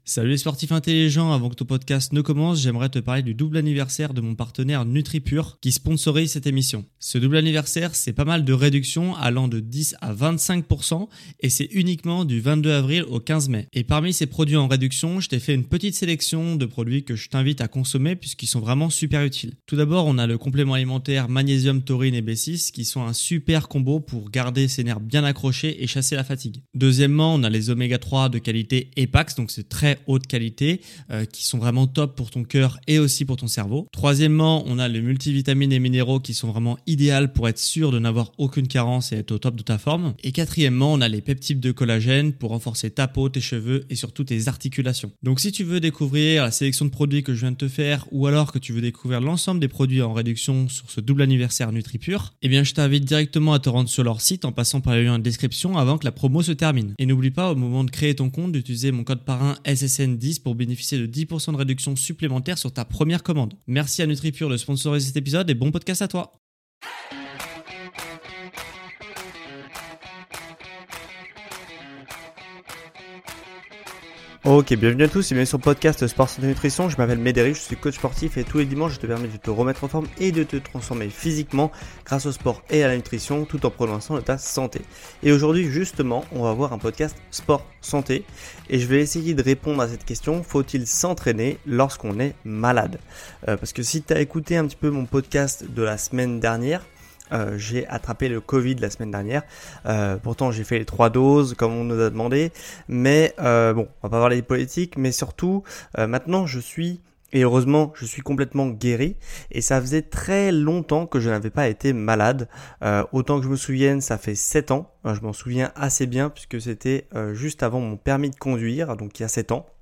Salut les sportifs intelligents, avant que ton podcast ne commence, j'aimerais te parler du double anniversaire de mon partenaire NutriPure qui sponsorise cette émission. Ce double anniversaire, c'est pas mal de réductions allant de 10 à 25% et c'est uniquement du 22 avril au 15 mai. Et parmi ces produits en réduction, je t'ai fait une petite sélection de produits que je t'invite à consommer puisqu'ils sont vraiment super utiles. Tout d'abord, on a le complément alimentaire magnésium, taurine et B6 qui sont un super combo pour garder ses nerfs bien accrochés et chasser la fatigue. Deuxièmement, on a les oméga 3 de qualité EPAX, donc c'est très haute qualité, qui sont vraiment top pour ton cœur et aussi pour ton cerveau. Troisièmement, on a les multivitamines et minéraux qui sont vraiment idéales pour être sûr de n'avoir aucune carence et être au top de ta forme. Et quatrièmement, on a les peptides de collagène pour renforcer ta peau, tes cheveux et surtout tes articulations. Donc si tu veux découvrir la sélection de produits que je viens de te faire ou alors que tu veux découvrir l'ensemble des produits en réduction sur ce double anniversaire NutriPure, eh bien je t'invite directement à te rendre sur leur site en passant par le lien de description avant que la promo se termine. Et n'oublie pas au moment de créer ton compte d'utiliser mon code parrain SSN10 pour bénéficier de 10% de réduction supplémentaire sur ta première commande. Merci à NutriPure de sponsoriser cet épisode et bon podcast à toi. Ok, bienvenue à tous et bienvenue sur le podcast Sport Santé Nutrition. Je m'appelle Médéric, je suis coach sportif et tous les dimanches je te permets de te remettre en forme et de te transformer physiquement grâce au sport et à la nutrition tout en prenant soin de ta santé. Et aujourd'hui justement, on va voir un podcast sport santé et je vais essayer de répondre à cette question: faut-il s'entraîner lorsqu'on est malade? Parce que si tu as écouté un petit peu mon podcast de la semaine dernière, j'ai attrapé le Covid la semaine dernière. Pourtant, j'ai fait les 3 doses comme on nous a demandé. Mais bon, on va pas parler des politiques. Mais surtout, maintenant, et heureusement, je suis complètement guéri. Et ça faisait très longtemps que je n'avais pas été malade. Autant que je me souvienne, ça fait 7 ans. Je m'en souviens assez bien puisque c'était juste avant mon permis de conduire, donc il y a 7 ans.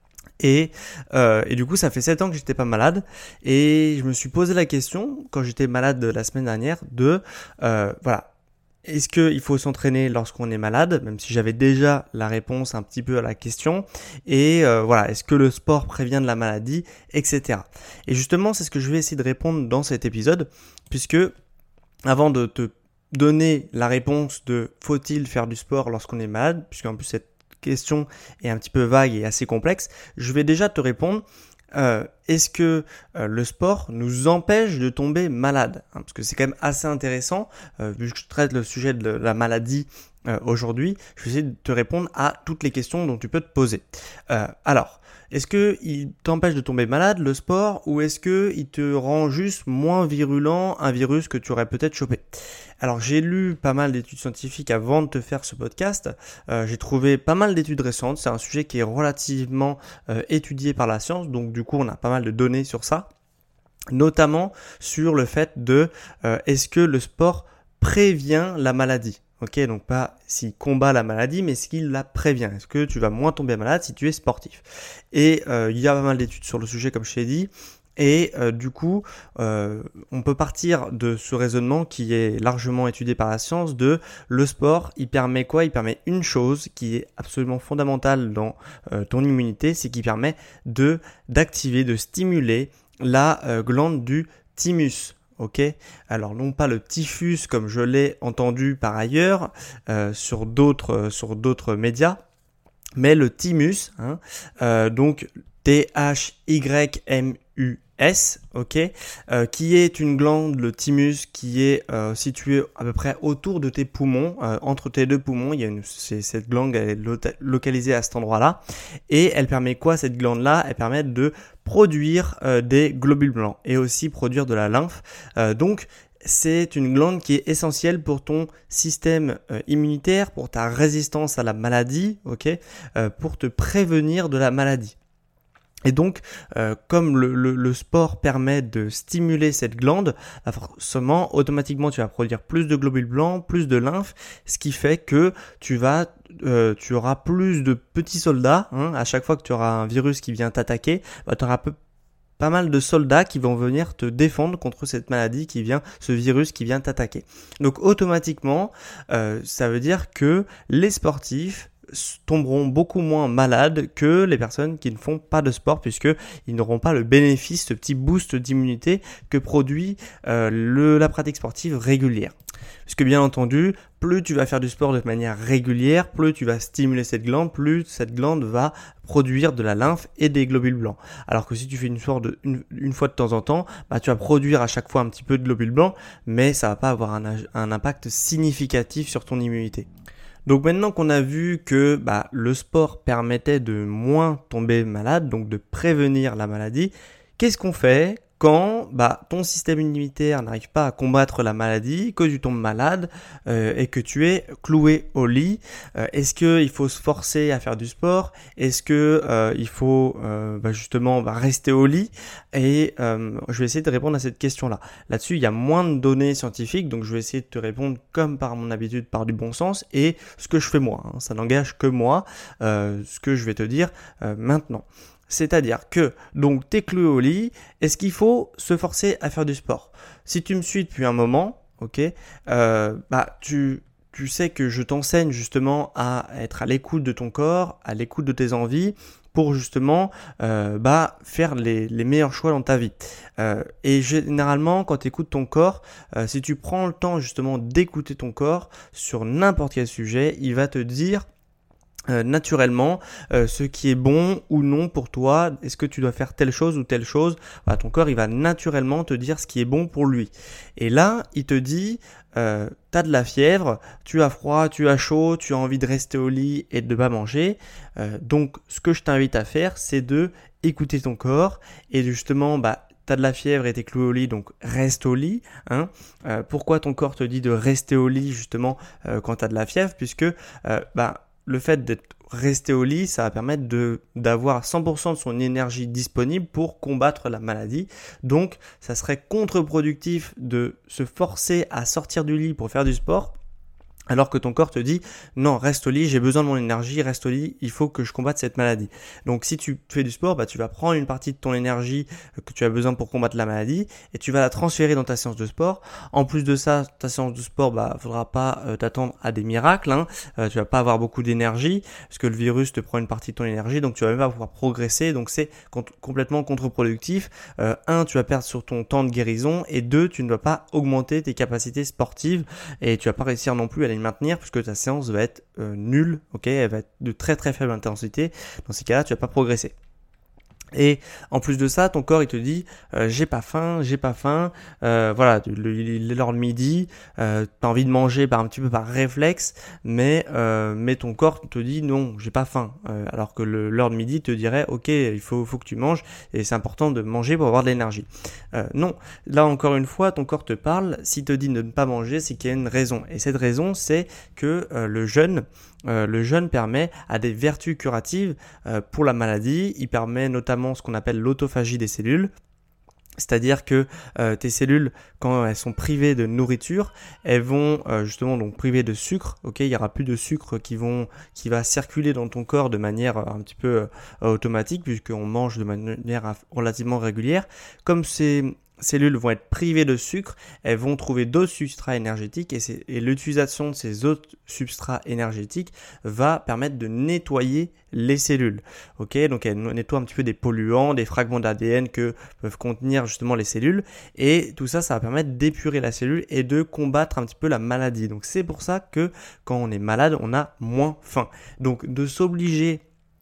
Et du coup, ça fait 7 ans que j'étais pas malade et je me suis posé la question quand j'étais malade la semaine dernière de voilà, est-ce qu'il faut s'entraîner lorsqu'on est malade, même si j'avais déjà la réponse un petit peu à la question, et voilà, est-ce que le sport prévient de la maladie, etc. Et justement, c'est ce que je vais essayer de répondre dans cet épisode, puisque avant de te donner la réponse de faut-il faire du sport lorsqu'on est malade, puisqu'en plus cette question est un petit peu vague et assez complexe, je vais déjà te répondre, est-ce que le sport nous empêche de tomber malade, parce que c'est quand même assez intéressant, vu que je traite le sujet de la maladie aujourd'hui, je vais essayer de te répondre à toutes les questions dont tu peux te poser. Alors, est-ce qu'il t'empêche de tomber malade, le sport, ou est-ce qu'il te rend juste moins virulent un virus que tu aurais peut-être chopé? Alors, j'ai lu pas mal d'études scientifiques avant de te faire ce podcast. J'ai trouvé pas mal d'études récentes. C'est un sujet qui est relativement étudié par la science, donc du coup, on a pas mal de données sur ça, notamment sur le fait de est-ce que le sport prévient la maladie? Ok, donc pas s'il combat la maladie, mais s'il la prévient. Est-ce que tu vas moins tomber malade si tu es sportif? Et il y a pas mal d'études sur le sujet, comme je t'ai dit. Et du coup, on peut partir de ce raisonnement qui est largement étudié par la science de le sport, il permet quoi? Il permet une chose qui est absolument fondamentale dans ton immunité, c'est qu'il permet d'activer, de stimuler la glande du thymus. Ok, alors non pas le typhus comme je l'ai entendu par ailleurs sur d'autres médias, mais le thymus, donc THYMUS, ok, qui est une glande, le thymus, qui est située à peu près autour de tes poumons, entre tes deux poumons. Cette glande, elle est localisée à cet endroit-là, et elle permet quoi, cette glande-là? Elle permet de produire des globules blancs et aussi produire de la lymphe. Donc c'est une glande qui est essentielle pour ton système immunitaire, pour ta résistance à la maladie, ok, pour te prévenir de la maladie. Et donc, comme le sport permet de stimuler cette glande, forcément, automatiquement, tu vas produire plus de globules blancs, plus de lymphe, ce qui fait que tu auras plus de petits soldats. À chaque fois que tu auras un virus qui vient t'attaquer, tu auras pas mal de soldats qui vont venir te défendre contre cette maladie ce virus qui vient t'attaquer. Donc, automatiquement, ça veut dire que les sportifs tomberont beaucoup moins malades que les personnes qui ne font pas de sport, puisqu'ils n'auront pas le bénéfice, ce petit boost d'immunité que produit la pratique sportive régulière. Puisque bien entendu, plus tu vas faire du sport de manière régulière, plus tu vas stimuler cette glande, plus cette glande va produire de la lymphe et des globules blancs. Alors que si tu fais une fois de temps en temps, tu vas produire à chaque fois un petit peu de globules blancs, mais ça va pas avoir un impact significatif sur ton immunité. Donc maintenant qu'on a vu que le sport permettait de moins tomber malade, donc de prévenir la maladie, qu'est-ce qu'on fait quand ton système immunitaire n'arrive pas à combattre la maladie, que tu tombes malade et que tu es cloué au lit? Est-ce qu'il faut se forcer à faire du sport? Est-ce que il faut justement rester au lit? Et je vais essayer de répondre à cette question-là. Là-dessus, il y a moins de données scientifiques, donc je vais essayer de te répondre comme par mon habitude, par du bon sens et ce que je fais moi. Ça n'engage que moi, ce que je vais te dire maintenant. C'est-à-dire que, donc, t'es cloué au lit, est-ce qu'il faut se forcer à faire du sport? Si tu me suis depuis un moment, ok, tu sais que je t'enseigne justement à être à l'écoute de ton corps, à l'écoute de tes envies, pour justement faire les meilleurs choix dans ta vie. Et généralement, quand tu écoutes ton corps, si tu prends le temps justement d'écouter ton corps sur n'importe quel sujet, il va te dire naturellement ce qui est bon ou non pour toi. Est-ce que tu dois faire telle chose ou telle chose? Ton corps il va naturellement te dire ce qui est bon pour lui. Et là il te dit t'as de la fièvre, tu as froid, tu as chaud, tu as envie de rester au lit et de ne pas manger. Donc ce que je t'invite à faire, c'est de écouter ton corps et justement t'as de la fièvre et t'es cloué au lit, donc reste au lit. Pourquoi ton corps te dit de rester au lit justement quand t'as de la fièvre? Puisque le fait d'être resté au lit, ça va permettre d'avoir 100% de son énergie disponible pour combattre la maladie. Donc, ça serait contre-productif de se forcer à sortir du lit pour faire du sport, alors que ton corps te dit non, reste au lit, j'ai besoin de mon énergie, reste au lit, il faut que je combatte cette maladie. Donc si tu fais du sport, tu vas prendre une partie de ton énergie que tu as besoin pour combattre la maladie et tu vas la transférer dans ta séance de sport. En plus de ça, ta séance de sport, faudra pas t'attendre à des miracles, tu vas pas avoir beaucoup d'énergie parce que le virus te prend une partie de ton énergie, donc tu vas même pas pouvoir progresser, donc c'est complètement contre-productif. Tu vas perdre sur ton temps de guérison et 2, tu ne vas pas augmenter tes capacités sportives et tu vas pas réussir non plus à les maintenir puisque ta séance va être nulle, ok, elle va être de très très faible intensité. Dans ces cas-là, tu vas pas progresser. Et en plus de ça, ton corps il te dit j'ai pas faim, voilà, il est l'heure de midi, t'as envie de manger un petit peu par réflexe, mais ton corps te dit non, j'ai pas faim, alors que l'heure de midi te dirait ok, il faut que tu manges et c'est important de manger pour avoir de l'énergie. Non, là encore une fois, ton corps te parle, s'il te dit de ne pas manger, c'est qu'il y a une raison, et cette raison c'est que le jeûne permet à des vertus curatives pour la maladie. Il permet notamment ce qu'on appelle l'autophagie des cellules. C'est-à-dire que tes cellules, quand elles sont privées de nourriture, elles vont justement donc privées de sucre. Ok, il y aura plus de sucre qui va circuler dans ton corps de manière un petit peu automatique puisqu'on mange de manière relativement régulière. Comme ces cellules vont être privées de sucre, elles vont trouver d'autres substrats énergétiques et l'utilisation de ces autres substrats énergétiques va permettre de nettoyer les cellules. Ok, donc elle nettoie un petit peu des polluants, des fragments d'ADN que peuvent contenir justement les cellules et tout ça, ça va permettre d'épurer la cellule et de combattre un petit peu la maladie. Donc c'est pour ça que quand on est malade, on a moins faim. Donc de s'obliger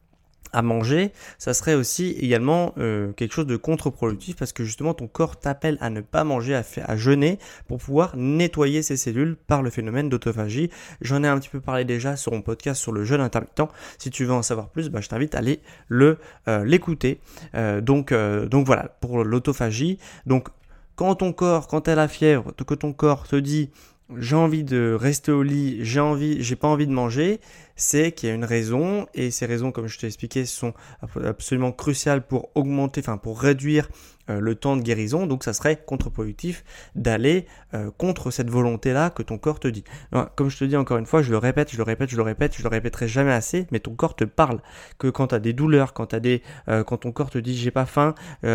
à manger, ça serait aussi également quelque chose de contre-productif parce que justement ton corps t'appelle à ne pas manger, à jeûner pour pouvoir nettoyer ses cellules par le phénomène d'autophagie. J'en ai un petit peu parlé déjà sur mon podcast sur le jeûne intermittent. Si tu veux en savoir plus, je t'invite à aller l'écouter. Donc voilà, pour l'autophagie. Donc quand tu as la fièvre, que ton corps te dit j'ai envie de rester au lit, j'ai pas envie de manger, c'est qu'il y a une raison et ces raisons, comme je t'ai expliqué, sont absolument cruciales pour pour réduire le temps de guérison. Donc ça serait contre-productif d'aller contre cette volonté-là que ton corps te dit. Alors, comme je te dis encore une fois, je le répéterai jamais assez, mais ton corps te parle que quand tu as des douleurs, quand ton corps te dit j'ai pas faim,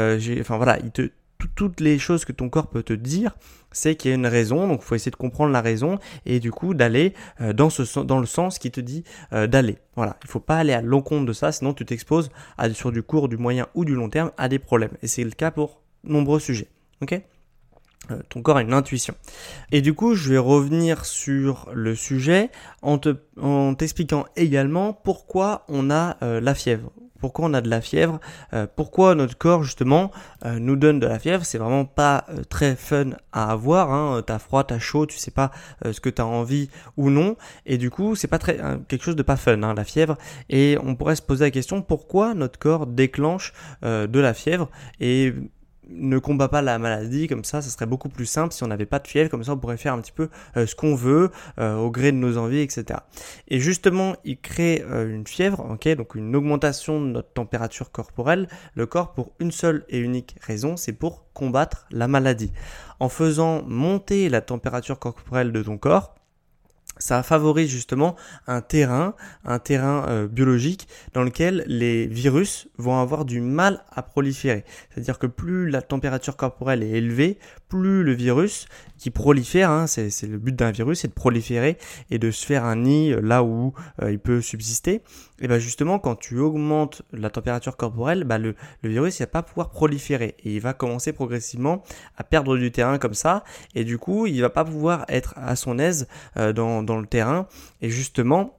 toutes les choses que ton corps peut te dire, c'est qu'il y a une raison, donc il faut essayer de comprendre la raison et du coup d'aller dans le sens qui te dit d'aller. Voilà, il ne faut pas aller à l'encontre de ça, sinon tu t'exposes sur du court, du moyen ou du long terme à des problèmes. Et c'est le cas pour nombreux sujets. Ok ? Ton corps a une intuition. Et du coup, je vais revenir sur le sujet en t'expliquant également pourquoi on a la fièvre. Pourquoi on a de la fièvre, pourquoi notre corps justement nous donne de la fièvre. C'est vraiment pas très fun à avoir, hein. T'as froid, t'as chaud, tu sais pas ce que t'as envie ou non, et du coup c'est pas très quelque chose de pas fun, hein, la fièvre. Et on pourrait se poser la question pourquoi notre corps déclenche de la fièvre et ne combat pas la maladie. Comme ça serait beaucoup plus simple si on n'avait pas de fièvre. Comme ça on pourrait faire un petit peu ce qu'on veut au gré de nos envies, etc. Et justement il crée une fièvre, donc une augmentation de notre température corporelle, le corps, pour une seule et unique raison, c'est pour combattre la maladie. En faisant monter la température corporelle de ton corps, ça favorise justement un terrain biologique dans lequel les virus vont avoir du mal à proliférer. C'est-à-dire que plus la température corporelle est élevée, plus le virus qui prolifère, hein, c'est le but d'un virus, c'est de proliférer et de se faire un nid là où il peut subsister. Et bien justement, quand tu augmentes la température corporelle, le virus il va pas pouvoir proliférer et il va commencer progressivement à perdre du terrain comme ça, et du coup il va pas pouvoir être à son aise dans le terrain. Et justement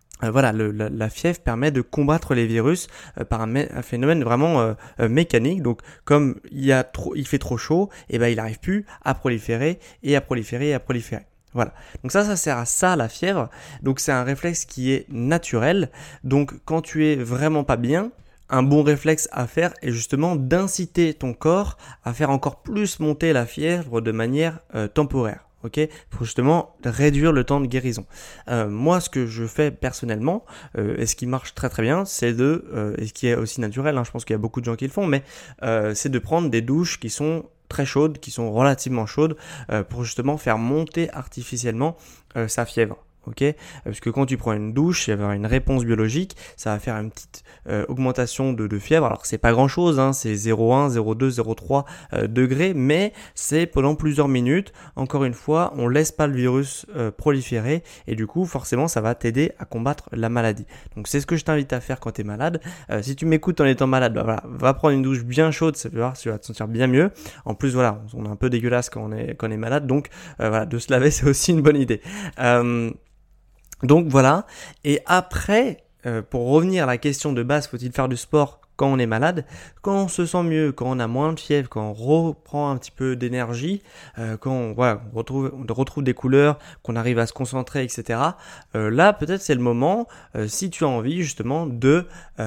la fièvre permet de combattre les virus par un phénomène vraiment mécanique. Donc comme il fait trop chaud, et il n'arrive plus à proliférer et à proliférer et à proliférer. Voilà. Donc ça sert à ça, la fièvre. Donc c'est un réflexe qui est naturel. Donc quand tu es vraiment pas bien, un bon réflexe à faire est justement d'inciter ton corps à faire encore plus monter la fièvre de manière temporaire. Pour justement réduire le temps de guérison. Moi, ce que je fais personnellement, et ce qui marche très très bien, c'est et ce qui est aussi naturel, hein, je pense qu'il y a beaucoup de gens qui le font, mais c'est de prendre des douches qui sont très chaudes, qui sont relativement chaudes, pour justement faire monter artificiellement sa fièvre. Parce que quand tu prends une douche, il va y avoir une réponse biologique, ça va faire une petite augmentation de fièvre. Alors c'est pas grand chose, hein, c'est 0,1, 0,2, 0,3 degrés, mais c'est pendant plusieurs minutes. Encore une fois, on laisse pas le virus proliférer, et du coup forcément ça va t'aider à combattre la maladie. Donc c'est ce que je t'invite à faire quand tu es malade. Si tu m'écoutes en étant malade, va prendre une douche bien chaude, ça va tu vas te sentir bien mieux. En plus on est un peu dégueulasse quand on est malade, donc de se laver c'est aussi une bonne idée. Donc voilà, et après, pour revenir à la question de base, faut-il faire du sport quand on est malade? Quand on se sent mieux, quand on a moins de fièvre, quand on reprend un petit peu d'énergie, quand on retrouve des couleurs, qu'on arrive à se concentrer, etc. Là, peut-être c'est le moment, si tu as envie justement de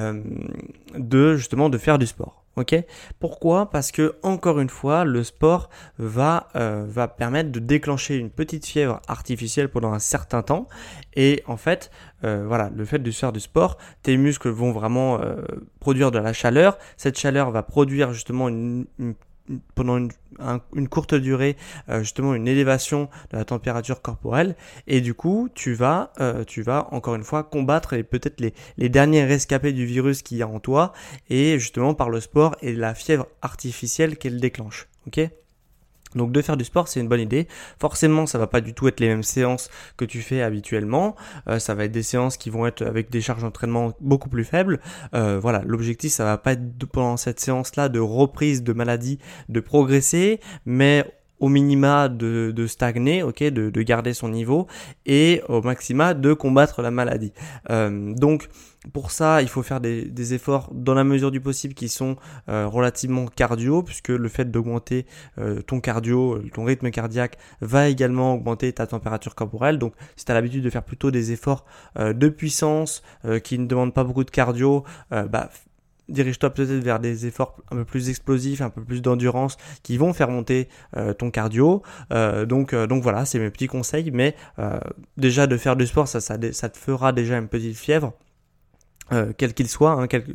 faire du sport. Pourquoi? Parce que encore une fois, le sport va permettre de déclencher une petite fièvre artificielle pendant un certain temps. Et en fait, le fait de faire du sport, tes muscles vont vraiment produire de la chaleur. Cette chaleur va produire justement pendant une courte durée justement une élévation de la température corporelle, et du coup tu vas encore une fois combattre peut-être les derniers rescapés du virus qu'il y a en toi, et justement par le sport et la fièvre artificielle qu'elle déclenche. Donc de faire du sport, c'est une bonne idée. Forcément, ça va pas du tout être les mêmes séances que tu fais habituellement. Ça va être des séances qui vont être avec des charges d'entraînement beaucoup plus faibles. L'objectif, ça va pas être pendant cette séance-là de reprise de maladie, de progresser, mais au minima de stagner, de garder son niveau, et au maxima de combattre la maladie. Donc pour ça, il faut faire des efforts dans la mesure du possible qui sont relativement cardio, puisque le fait d'augmenter ton cardio, ton rythme cardiaque va également augmenter ta température corporelle. Donc si tu as l'habitude de faire plutôt des efforts de puissance qui ne demandent pas beaucoup de cardio, dirige-toi peut-être vers des efforts un peu plus explosifs, un peu plus d'endurance qui vont faire monter ton cardio. Donc voilà, c'est mes petits conseils. Mais déjà de faire du sport, ça te fera déjà une petite fièvre. Quel qu'il soit, hein, quel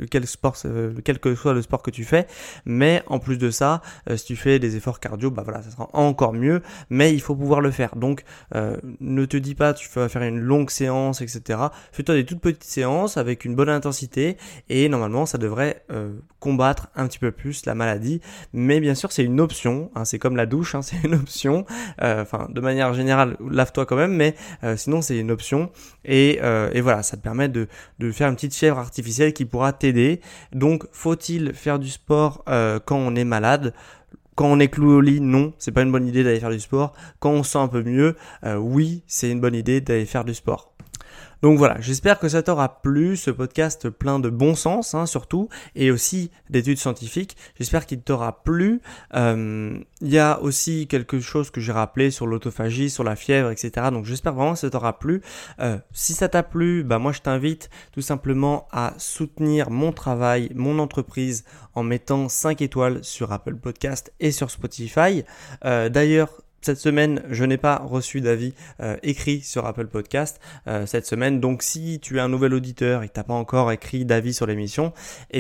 que soit le sport que tu fais, mais en plus de ça, si tu fais des efforts cardio, ça sera encore mieux, mais il faut pouvoir le faire. Donc ne te dis pas tu vas faire une longue séance, etc. Fais-toi des toutes petites séances avec une bonne intensité, et normalement ça devrait combattre un petit peu plus la maladie. Mais bien sûr c'est une option, hein, c'est comme la douche, hein, c'est une option. De manière générale, lave-toi quand même, mais sinon c'est une option, et voilà, ça te permet de faire une petite fièvre artificielle qui pourra t'aider. Donc faut-il faire du sport quand on est malade? Quand on est cloué au lit, non, c'est pas une bonne idée d'aller faire du sport. Quand on se sent un peu mieux, oui, c'est une bonne idée d'aller faire du sport. Donc voilà, j'espère que ça t'aura plu, ce podcast plein de bon sens surtout, et aussi d'études scientifiques. J'espère qu'il t'aura plu. Il y a aussi quelque chose que j'ai rappelé sur l'autophagie, sur la fièvre, etc. Donc j'espère vraiment que ça t'aura plu. Si ça t'a plu, moi je t'invite tout simplement à soutenir mon travail, mon entreprise en mettant 5 étoiles sur Apple Podcast et sur Spotify. D'ailleurs, cette semaine, je n'ai pas reçu d'avis écrit sur Apple Podcast cette semaine. Donc, si tu es un nouvel auditeur et que tu n'as pas encore écrit d'avis sur l'émission,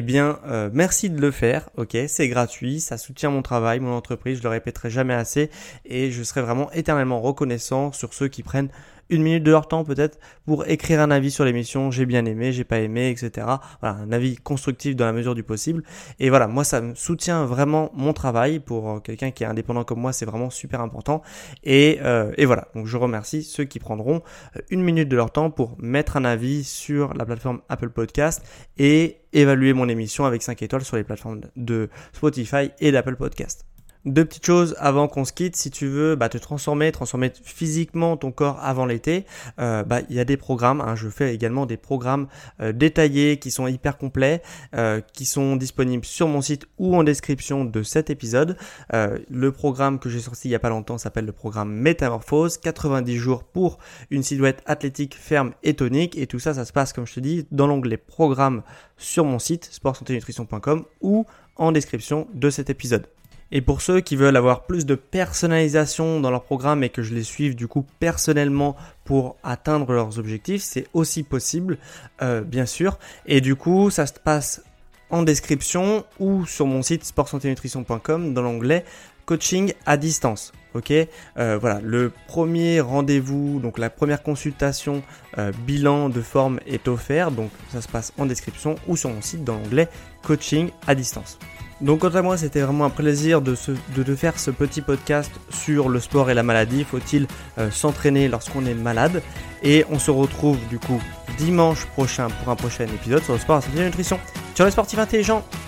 merci de le faire. Ok, c'est gratuit, ça soutient mon travail, mon entreprise. Je le répéterai jamais assez et je serai vraiment éternellement reconnaissant sur ceux qui prennent 1 minute de leur temps peut-être pour écrire un avis sur l'émission, j'ai bien aimé, j'ai pas aimé, etc. Voilà, un avis constructif dans la mesure du possible. Et voilà, moi ça me soutient vraiment mon travail. Pour quelqu'un qui est indépendant comme moi, c'est vraiment super important. Et voilà, donc je remercie ceux qui prendront 1 minute de leur temps pour mettre un avis sur la plateforme Apple Podcast et évaluer mon émission avec 5 étoiles sur les plateformes de Spotify et d'Apple Podcast. 2 petites choses avant qu'on se quitte. Si tu veux te transformer physiquement ton corps avant l'été, il y a des programmes. Je fais également des programmes détaillés qui sont hyper complets, qui sont disponibles sur mon site ou en description de cet épisode. Le programme que j'ai sorti il y a pas longtemps s'appelle le programme Métamorphose, 90 jours pour une silhouette athlétique, ferme et tonique. Et tout ça, ça se passe, comme je te dis, dans l'onglet programme sur mon site sportsanténutrition.com ou en description de cet épisode. Et pour ceux qui veulent avoir plus de personnalisation dans leur programme et que je les suive du coup personnellement pour atteindre leurs objectifs, c'est aussi possible, bien sûr. Et du coup, ça se passe en description ou sur mon site sportsanténutrition.com dans l'onglet coaching à distance. Ok, voilà, le premier rendez-vous, donc la première consultation bilan de forme est offert, donc ça se passe en description ou sur mon site dans l'onglet coaching à distance. Donc quant à moi, c'était vraiment un plaisir de faire ce petit podcast sur le sport et la maladie. Faut-il s'entraîner lorsqu'on est malade? Et on se retrouve du coup dimanche prochain pour un prochain épisode sur le sport, la santé et la nutrition. Ciao les sportifs intelligents!